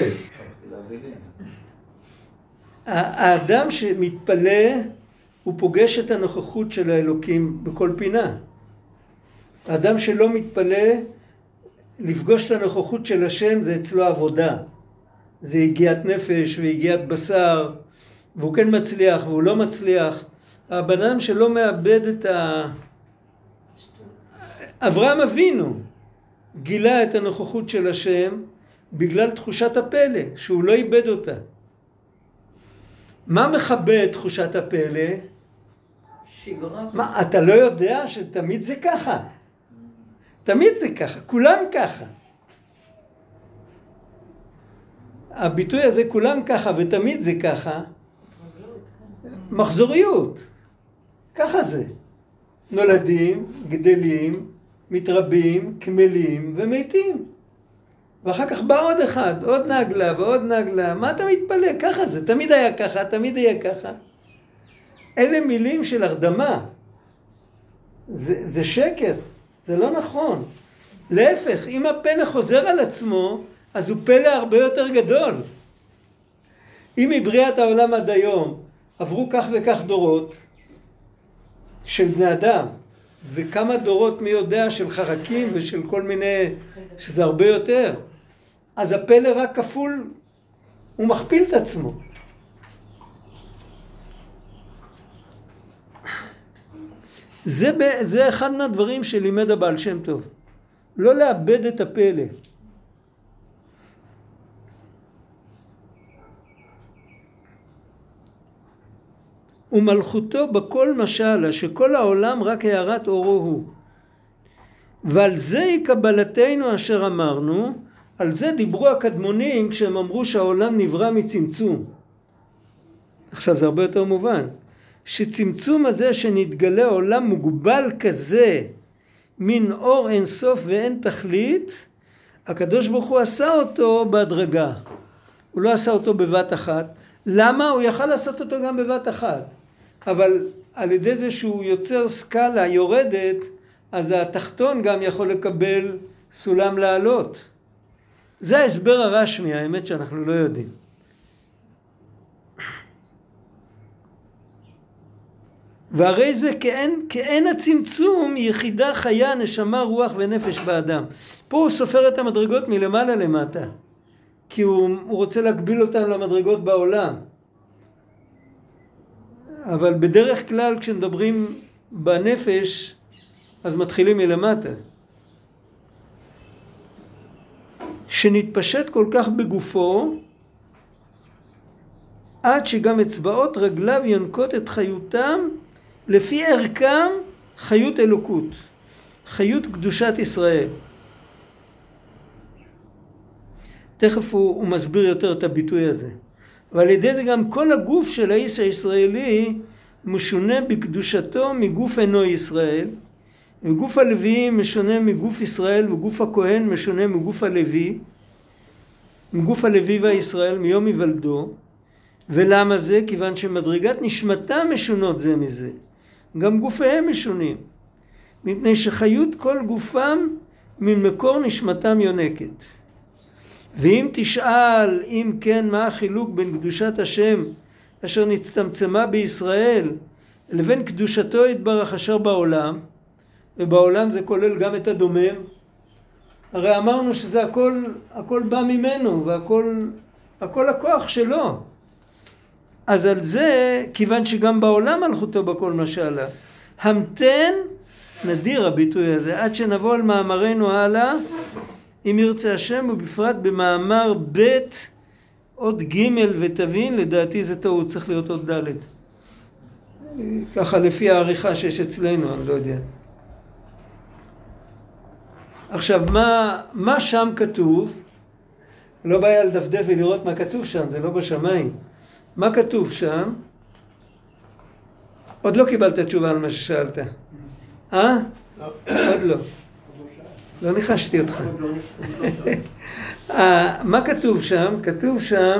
האדם שמתפלא, הוא פוגש את הנוכחות של האלוקים בכל פינה. האדם שלא מתפלא, לפגוש את הנוכחות של השם זה אצלו עבודה. זה הגיעת נפש והגיעת בשר, והוא כן מצליח והוא לא מצליח. הבן אדם שלא מאבד את אברהם אבינו גילה את הנוכחות של השם בגלל תחושת הפלא, שהוא לא איבד אותה. מה מכבה את תחושת הפלא? שגרה. מה, אתה לא יודע שתמיד זה ככה? תמיד זה ככה, כולם ככה. הביטוי הזה כולם ככה ותמיד זה ככה, מחזוריות. ככה זה. נולדים, גדלים, מתרבים, כמלים ומתים. ואחר כך בא עוד אחד, עוד נגלה ועוד נגלה. מה אתה מתפלא? ככה זה. תמיד היה ככה, תמיד היה ככה. אלה מילים של הרדמה. זה שקר. זה לא נכון. להפך, אם הפלא חוזר על עצמו, אז הוא פלא הרבה יותר גדול. אם מבריאת העולם עד היום עברו כך וכך דורות של בני אדם, וכמה דורות מי יודע של חרקים ושל כל מיני, שזה הרבה יותר, אז הפלא רק כפול, הוא מכפיל את עצמו. זה אחד מהדברים שלימד הבעל שם טוב. לא לאבד את הפלא. ומלכותו בכל משלה, שכל העולם רק הערת אורו הוא. ועל זה היא קבלתנו אשר אמרנו, על זה דיברו הקדמונים כשהם אמרו שהעולם נברא מצמצום. עכשיו זה הרבה יותר מובן. שצמצום הזה שנתגלה עולם מוגבל כזה, מן אור אין סוף ואין תכלית, הקדוש ברוך הוא עשה אותו בהדרגה. הוא לא עשה אותו בבת אחת. למה? הוא יכל לעשות אותו גם בבת אחת. אבל על ידי זה שהוא יוצר סקאלה יורדת, אז התחתון גם יכול לקבל סולם לעלות. זה ההסבר הרשמי, האמת שאנחנו לא יודעים. והרי זה כאין הצמצום יחידה חיה, נשמה, רוח ונפש באדם. פה הוא סופר את המדרגות מלמעלה למטה. כי הוא רוצה להקביל אותם למדרגות בעולם. אבל בדרך כלל כשמדברים בנפש, אז מתחילים מלמטה. שנתפשט כל כך בגופו, עד שגם אצבעות רגליו ינקות את חיותם, לפי ערכם חיות אלוקות, חיות קדושת ישראל. תכף הוא מסביר יותר את הביטוי הזה. ועל ידי זה גם כל הגוף של האיש הישראלי משונה בקדושתו מגוף אינו ישראל, וגוף הלוי משונה מגוף ישראל, וגוף הכהן משונה מגוף הלוי, מגוף הלוי והישראל מיום היוולדו. ולמה זה? כיוון שמדרגת נשמתם משונות זה מזה. גם גופיהם משונים. מפני שחיות כל גופם ממקור נשמתם יונקת. ואם תשאל, אם כן, מה החילוק בין קדושת השם אשר נצטמצמה בישראל לבין קדושתו יתברך אשר בעולם, ובעולם זה כולל גם את הדומם, הרי אמרנו שזה הכל בא ממנו, והכל הכוח שלו. אז על זה, כיוון שגם בעולם מלכותו בכל משלה, המתן, נדיר הביטוי הזה, עד שנבוא על מאמרנו הלאה, אם ירצה השם, ובפרט במאמר ב' עוד ג' ותבין, לדעתי זה טעות, צריך להיות עוד ד'. ככה לפי העריכה שיש אצלנו, אני לא יודע. עכשיו, מה שם כתוב? לא בעיה לדפדף ולראות מה כתוב שם, זה לא בשמיים. מה כתוב שם? עוד לא קיבלת תשובה על מה ששאלת. אה? עוד לא. לא ניחשתי אותך. מה כתוב שם? כתוב שם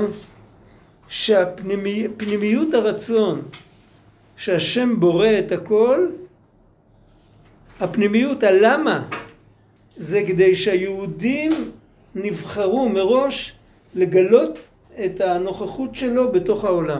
שהפנימיות הרצון שהשם בורא את הכל, הפנימיות הלמה זה כדי שהיהודים נבחרו מראש לגלות את הנוכחות שלו בתוך העולם.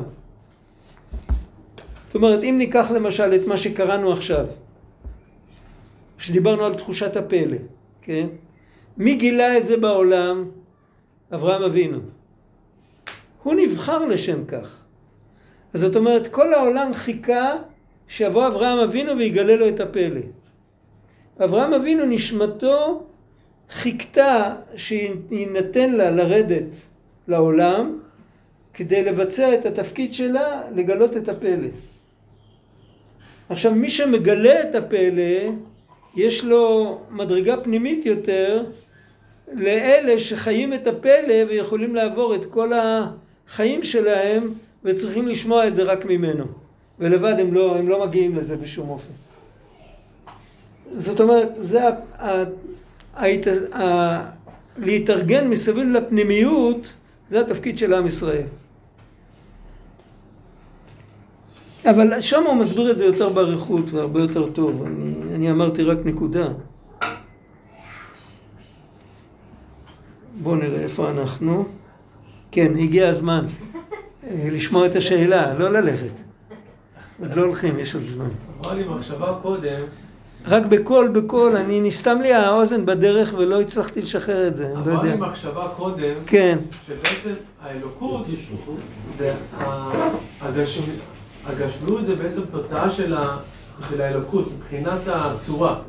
זאת אומרת, אם ניקח למשל את מה שקראנו עכשיו, שדיברנו על תחושת הפלא, כן? מי גילה את זה בעולם? אברהם אבינו. הוא נבחר לשם כך. אז זאת אומרת, כל העולם חיכה שיבוא אברהם אבינו ויגלה לו את הפלא. אברהם אבינו נשמתו חיכתה שיינתן לה לרדת לעולם, כדי לבצע את התפקיד שלה, לגלות את הפלא. עכשיו, מי שמגלה את הפלא, יש לו מדרגה פנימית יותר, לאלה שחיים את הפלא ויכולים לעבור את כל החיים שלהם, וצריכים לשמוע את זה רק ממנו. ולבד הם לא מגיעים לזה בשום אופן. זאת אומרת, זה להתארגן מסביב לפנימיות, זה התפקיד של עם ישראל. אבל שם הוא מסביר את זה יותר בעריכות והרבה יותר טוב. אני אמרתי רק נקודה. בואו נראה איפה אנחנו. כן, הגיע הזמן לשמוע את השאלה, לא ללכת. עוד לא הולכים, יש עוד זמן. אמרה לי מחשבה קודם. רק בקול, אני נסתם לי האוזן בדרך ולא הצלחתי לשחרר את זה, אני לא יודע. אמרה לי מחשבה קודם, כן. שבעצם האלוקות, זה הגשמיות זה בעצם תוצאה של האלוקות, מבחינת הצורה.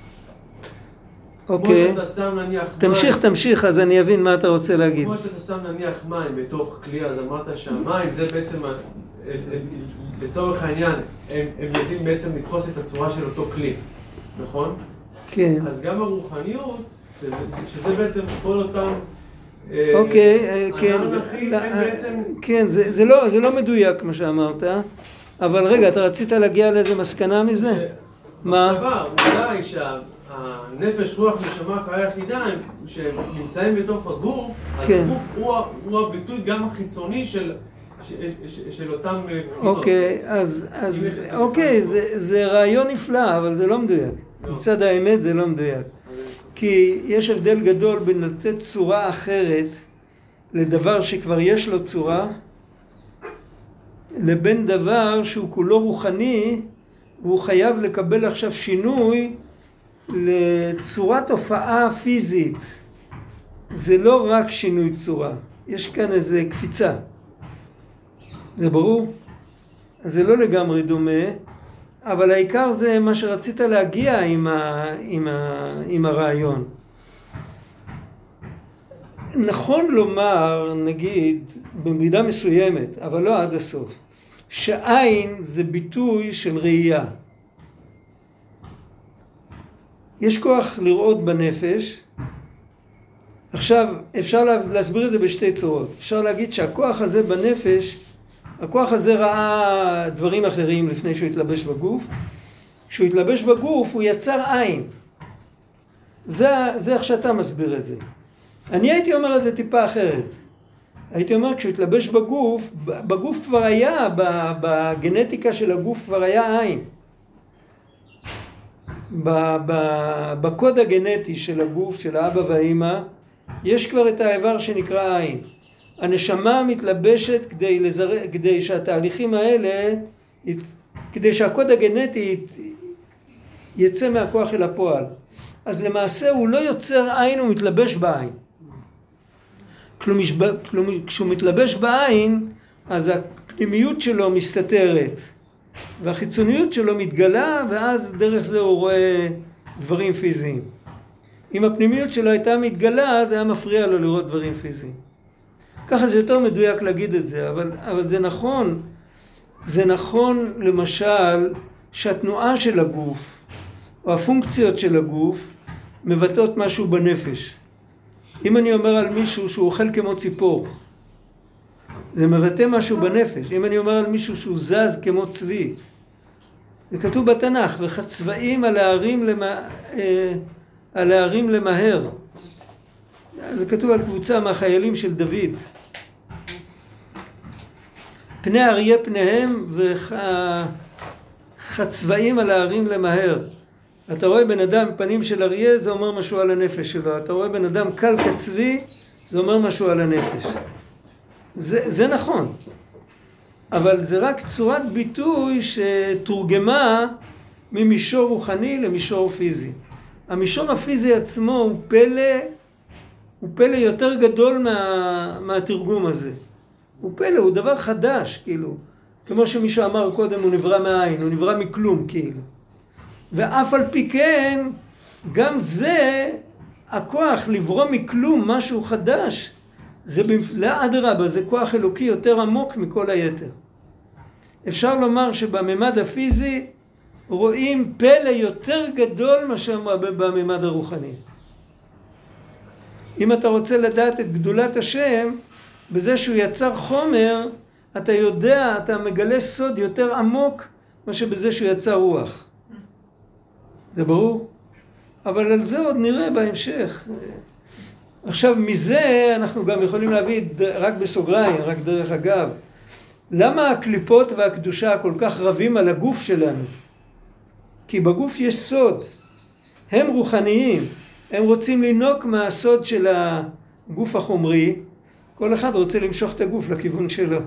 אוקיי. כמו שאתה שם נניח מים. תמשיך, אז אני אבין מה אתה רוצה להגיד. כמו שאתה שם נניח מים בתוך כלי, אז אמרת שהמים זה בעצם, לצורך העניין, הם יודעים בעצם לתפוס את הצורה של אותו כלי, נכון? כן. אז גם הרוחניות, שזה בעצם כל אותם... אוקיי, כן. האנכי, הם בעצם... כן, זה לא מדויק מה שאמרת, אבל רגע, אתה רצית להגיע לאיזה מסקנה מזה? מה? מחשבה, אולי שהנפש, רוח, נשמה, חיה יחידה, שהם נמצאים בתוך הגוף, אז הגוף הוא הביטוי גם החיצוני של אותם בחינות. אוקיי, אז אוקיי, זה רעיון נפלא, אבל זה לא מדויק. מצד האמת זה לא מדויק. כי יש הבדל גדול בין לתת צורה אחרת לדבר שכבר יש לו צורה, לבין דבר שהוא כולו רוחני, והוא חייב לקבל עכשיו שינוי לצורת הופעה פיזית. זה לא רק שינוי צורה, יש כאן איזה קפיצה. זה ברור? זה לא לגמרי דומה, אבל העיקר זה מה שרצית להגיע עם הרעיון. נכון לומר, נגיד, במידה מסוימת, אבל לא עד הסוף, שעין זה ביטוי של ראייה. יש כוח לראות בנפש. עכשיו, אפשר להסביר את זה בשתי צורות. אפשר להגיד שהכוח הזה בנפש, הכוח הזה ראה דברים אחרים לפני שהוא התלבש בגוף. כשהוא התלבש בגוף, הוא יצר עין. זה איך שאתה מסביר את זה. אני הייתי אומר את זה טיפה אחרת. הייתי אומר, כשהוא התלבש בגוף, בגוף כבר היה, בגנטיקה של הגוף כבר היה עין. בקוד הגנטי של הגוף, של האבא והאמא, יש כבר את האיבר שנקרא עין. הנשמה מתלבשת כדי שהתהליכים האלה, כדי שהקוד הגנטי יצא מהכוח אל הפועל. אז למעשה הוא לא יוצר עין, הוא מתלבש בעין. כשהוא מתלבש בעין, אז הפנימיות שלו מסתתרת, והחיצוניות שלו מתגלה, ואז דרך זה הוא רואה דברים פיזיים. אם הפנימיות שלו הייתה מתגלה, זה היה מפריע לו לראות דברים פיזיים. ככה זה יותר מדויק להגיד את זה, אבל זה נכון. זה נכון למשל שהתנועה של הגוף, או הפונקציות של הגוף, מבטאות משהו בנפש. אם אני אומר על מישהו שהוא אוכל כמו ציפור, זה מבטא משהו בנפש. אם אני אומר על מישהו שהוא זז כמו צבי, זה כתוב בתנ"ך, וחצבאים על הערים למהר. זה כתוב על קבוצה מהחיילים של דוד. פני אריה פניהם וחצבאים על הערים למהר. אתה רואה בן אדם פנים של אריה, זה אומר משהו על הנפש שלו. אתה רואה בן אדם קל כצבי, זה אומר משהו על הנפש. זה נכון. אבל זה רק צורת ביטוי שתורגמה ממישור רוחני למישור פיזי. המישור הפיזי עצמו הוא פלא הוא פלא יותר גדול מהתרגום הזה. הוא פלא, הוא דבר חדש, כאילו. כמו שמישהו אמר קודם, הוא נברא מהעין, הוא נברא מכלום, כאילו. ואף על פי כן, גם זה, הכוח לברוא מכלום משהו חדש, זה לאדרבה, זה כוח אלוקי יותר עמוק מכל היתר. אפשר לומר שבממד הפיזי רואים פלא יותר גדול מאשר בממד הרוחני. אם אתה רוצה לדעת את גדולת השם, בזה שהוא יצר חומר, אתה יודע, אתה מגלה סוד יותר עמוק מאשר בזה שהוא יצר רוח. זה ברור? אבל על זה עוד נראה בהמשך. עכשיו מזה אנחנו גם יכולים להביא רק בסוגריים, רק דרך אגב. למה הקליפות והקדושה כל כך רבים על הגוף שלנו? כי בגוף יש סוד. הם רוחניים. הם רוצים לנוק מהסוד של הגוף החומרי. כל אחד רוצה למשוך את הגוף לכיוון שלו.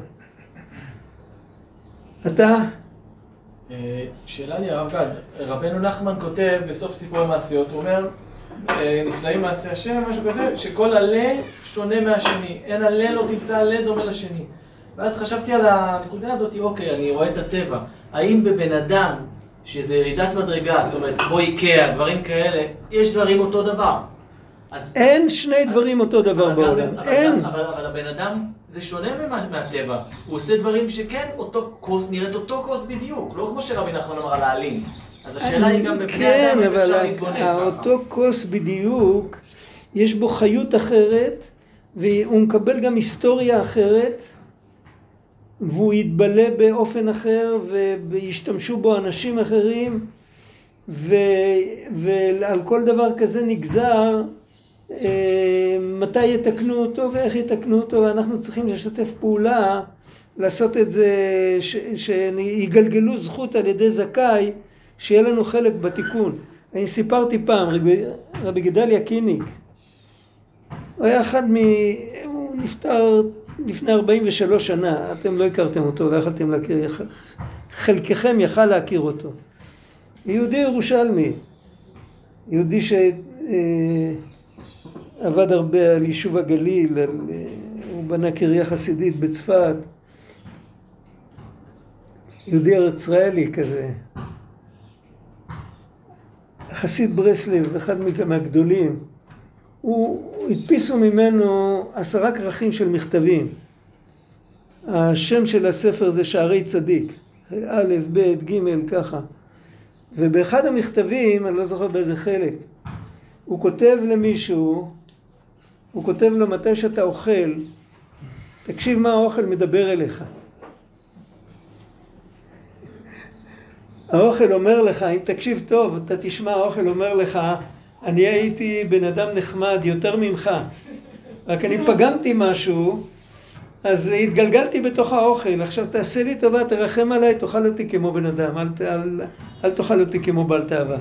אתה? שאלה לי הרב גד, רבנו נחמן כותב בסוף סיפורי מעשיות, הוא אומר, נפלאים מעשי השם, משהו כזה, שכל עלה שונה מהשני. אין עלה, לא תמצא עלה דומה לשני. ואז חשבתי על הנקודה הזאת, אוקיי, אני רואה את הטבע. האם בבן אדם, שזה ירידת מדרגה, זאת אומרת, כמו איקאה, דברים כאלה, יש דברים אותו דבר? אין שני דברים אותו דבר בעולם. אין. אבל הבן אדם זה שונה מהטבע. הוא עושה דברים שכן, אותו כוס, נראית אותו כוס בדיוק. לא כמו שרבי נחמן אמר על העלים. אז השאלה היא גם בבני אדם, אם אפשר להתבונן ככה. אותו כוס בדיוק, יש בו חיות אחרת, והוא מקבל גם היסטוריה אחרת, והוא יתבלה באופן אחר, וישתמשו בו אנשים אחרים, ועל כל דבר כזה נגזר, מתי יתקנו אותו ואיך יתקנו אותו, ואנחנו צריכים לשתף פעולה, לעשות את זה, שיגלגלו זכות על ידי זכאי, שיהיה לנו חלק בתיקון. אני סיפרתי פעם, רבי גדליה קיניק, הוא היה הוא נפטר לפני 43 שנה, אתם לא הכרתם אותו, לא יכלתם להכיר, חלקכם יכל להכיר אותו. יהודי ירושלמי, יהודי שעבד הרבה על יישוב הגליל, הוא בנה קריה חסידית בצפת, יהודי ארץ ישראלי כזה, חסיד ברסלב, אחד מהגדולים. הדפיסו ממנו 10 כרכים של מכתבים. השם של הספר זה שערי צדיק, א', ב', ג', ככה. ובאחד המכתבים, אני לא זוכר באיזה חלק, הוא כותב למישהו, הוא כותב לו מתי שאתה אוכל, תקשיב מה האוכל מדבר אליך. האוכל אומר לך, אם תקשיב טוב, אתה תשמע, האוכל אומר לך, אני הייתי בן אדם נחמד יותר ממך, רק אני פגמתי משהו, אז התגלגלתי בתוך האוכל, עכשיו תעשה לי טובה, תרחם עליי, תאכל אותי כמו בן אדם, אל תאכל אותי כמו בעל תאווה.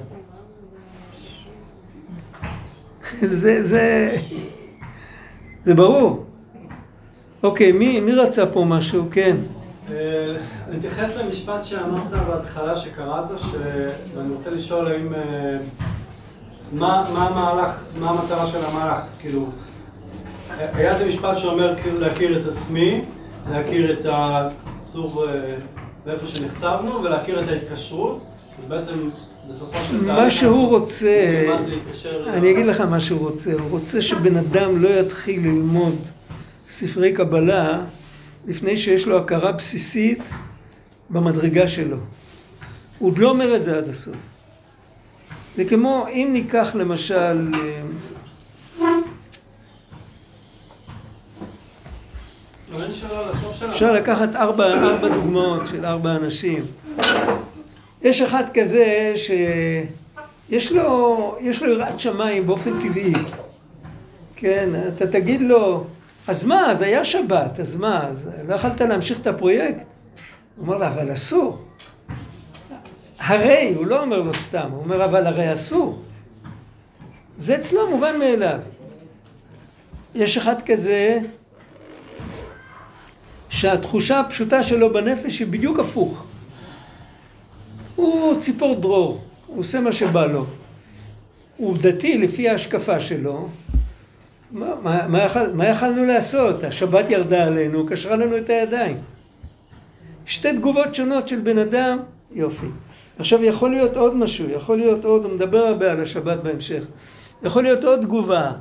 זה ברור. אוקיי, מי רצה פה משהו? כן. אני אתייחס למשפט שאמרת בהתחלה שקראת, ואני רוצה לשאול האם, מה המהלך, מה המטרה של המהלך, כאילו, היה זה משפט שאומר כאילו להכיר את עצמי, להכיר את הצור באיפה שנחצבנו, ולהכיר את ההתקשרות, אז בעצם בסופו של תהליך, מה שהוא רוצה, אני אגיד לך מה שהוא רוצה, הוא רוצה שבן אדם לא יתחיל ללמוד ספרי קבלה, לפני שיש לו הכרה בסיסית במדרגה שלו. הוא עוד לא אומר את זה עד הסוף. זה כמו, אם ניקח למשל, אפשר לקחת 4 דוגמאות של 4 אנשים. יש אחד כזה שיש לו יראת שמיים באופן טבעי. כן, אתה תגיד לו, אז מה, אז היה שבת, אז מה, אז לא יכולת להמשיך את הפרויקט? הוא אומר לה, אבל אסור. הרי, הוא לא אומר לו סתם, הוא אומר, אבל הרי אסור. זה אצלו מובן מאליו. יש אחד כזה, שהתחושה הפשוטה שלו בנפש היא בדיוק הפוך. הוא ציפור דרור, הוא עושה מה שבא לו. הוא דתי לפי ההשקפה שלו, מה יכלנו לעשות? השבת ירדה עלינו, קשרה לנו את הידיים. שתי תגובות שונות של בן אדם, יופי. עכשיו יכול להיות עוד משהו, יכול להיות עוד, הוא מדבר הרבה על השבת בהמשך, יכול להיות עוד תגובה.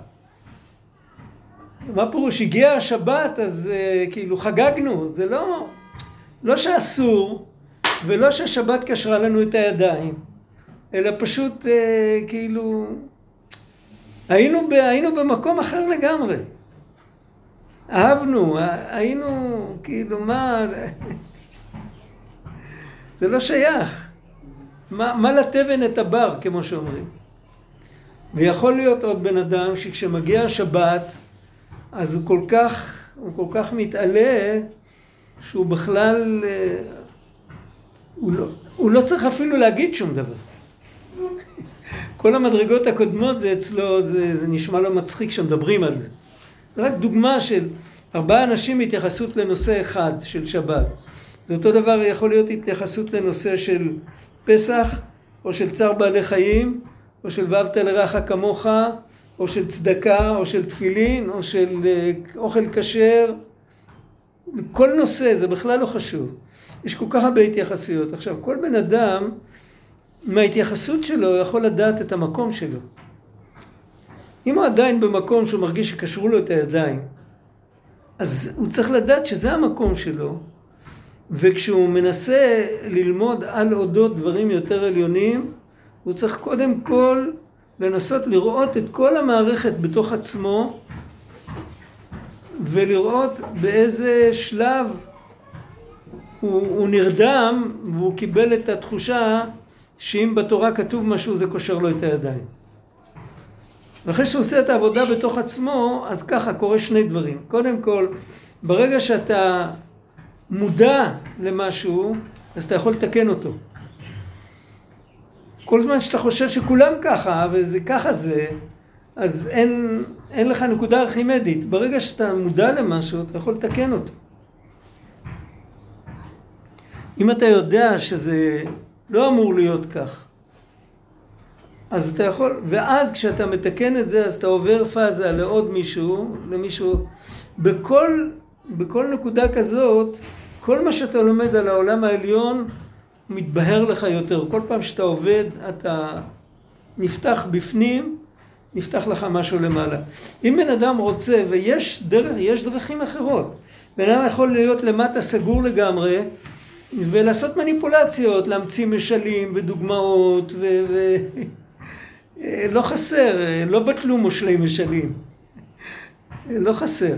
מה פירוש? הגיעה השבת אז כאילו חגגנו, זה לא שאסור ולא שהשבת קשרה לנו את הידיים, אלא פשוט כאילו היינו במקום אחר לגמרי. אהבנו, היינו כאילו מה, זה לא שייך. מה לתבן את הבר, כמו שאומרים. ויכול להיות עוד בן אדם שכשמגיע השבת, אז הוא כל כך מתעלה, שהוא בכלל, הוא לא צריך אפילו להגיד שום דבר. כל המדרגות הקודמות זה אצלו, זה נשמע לו מצחיק שמדברים על זה. זה רק דוגמה של 4 אנשים התייחסות לנושא אחד של שבת. זה אותו דבר יכול להיות התייחסות לנושא של פסח, או של צער בעלי חיים, או של ואהבת לרעך כמוך, או של צדקה, או של תפילין, או של אוכל כשר. כל נושא, זה בכלל לא חשוב. יש כל כך הרבה התייחסויות. עכשיו, כל בן אדם, מההתייחסות שלו, יכול לדעת את המקום שלו. אם הוא עדיין במקום שהוא מרגיש שקשרו לו את הידיים, אז הוא צריך לדעת שזה המקום שלו, וכשהוא מנסה ללמוד על אודות דברים יותר עליונים, הוא צריך קודם כל לנסות לראות את כל המערכת בתוך עצמו, ולראות באיזה שלב הוא נרדם, והוא קיבל את התחושה שאם בתורה כתוב משהו זה קושר לו את הידיים. ואחרי שהוא עושה את העבודה בתוך עצמו, אז ככה קורה 2 דברים. קודם כל, ברגע שאתה מודע למשהו, אז אתה יכול לתקן אותו. כל זמן שאתה חושב שכולם ככה, וזה ככה זה, אז אין לך נקודה ארכימדית. ברגע שאתה מודע למשהו, אתה יכול לתקן אותו. אם אתה יודע שזה לא אמור להיות כך, אז אתה יכול, ואז כשאתה מתקן את זה, אז אתה עובר פאזה לעוד מישהו, למישהו, בכל נקודה כזאת, כל מה שאתה לומד על העולם העליון, מתבהר לך יותר. כל פעם שאתה עובד, אתה נפתח בפנים, נפתח לך משהו למעלה. אם בן אדם רוצה, ויש דרכים אחרות, בן אדם יכול להיות למטה סגור לגמרי, ולעשות מניפולציות, להמציא משלים ודוגמאות, לא חסר, לא בטלו מושלי משלים. לא חסר.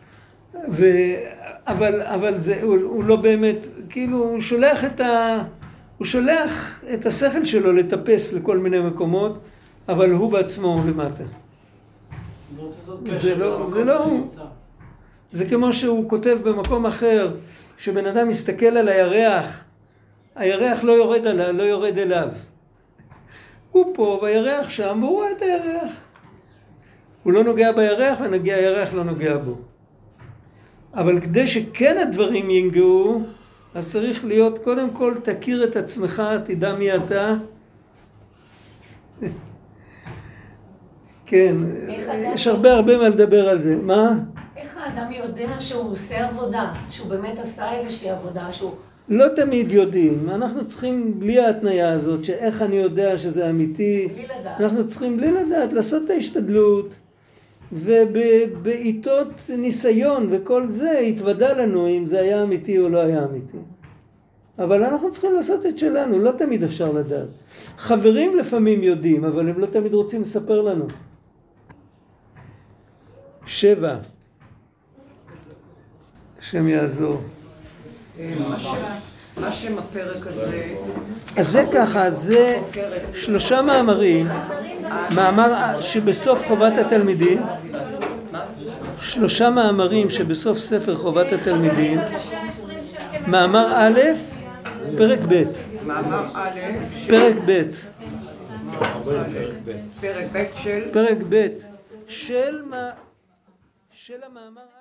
אבל זה, הוא לא באמת, כאילו, הוא שולח את השכל שלו לטפס לכל מיני מקומות, אבל הוא בעצמו למטה. זה לא הוא. זה כמו שהוא כותב במקום אחר, שבן אדם מסתכל על הירח לא יורד אליו. הוא פה והירח שם, והוא רואה את הירח. הוא לא נוגע בירח, הירח לא נוגע בו. אבל כדי שכן הדברים ינגעו, אז צריך להיות, קודם כל, תכיר את עצמך, תדע מי אתה. כן, יש הרבה מה לדבר על זה. מה? איך האדם יודע שהוא עושה עבודה, שהוא באמת עשה איזושהי עבודה, שהוא... לא תמיד יודעים. אנחנו צריכים, בלי ההתניה הזאת, שאיך אני יודע שזה אמיתי, בלי לדעת. אנחנו צריכים בלי לדעת, לעשות את ההשתדלות, ובעיתות ניסיון וכל זה התוודע לנו אם זה היה אמיתי או לא היה אמיתי. אבל אנחנו צריכים לעשות את שלנו, לא תמיד אפשר לדעת. חברים לפעמים יודעים, אבל הם לא תמיד רוצים לספר לנו. 7. השם יעזור. מה שם הפרק הזה? אז זה ככה, זה 3 מאמרים, מאמר שבסוף חובת התלמידים, 3 מאמרים שבסוף ספר חובת התלמידים, מאמר א', פרק ב'. מאמר א', פרק ב'. פרק ב' של? פרק ב' של המאמר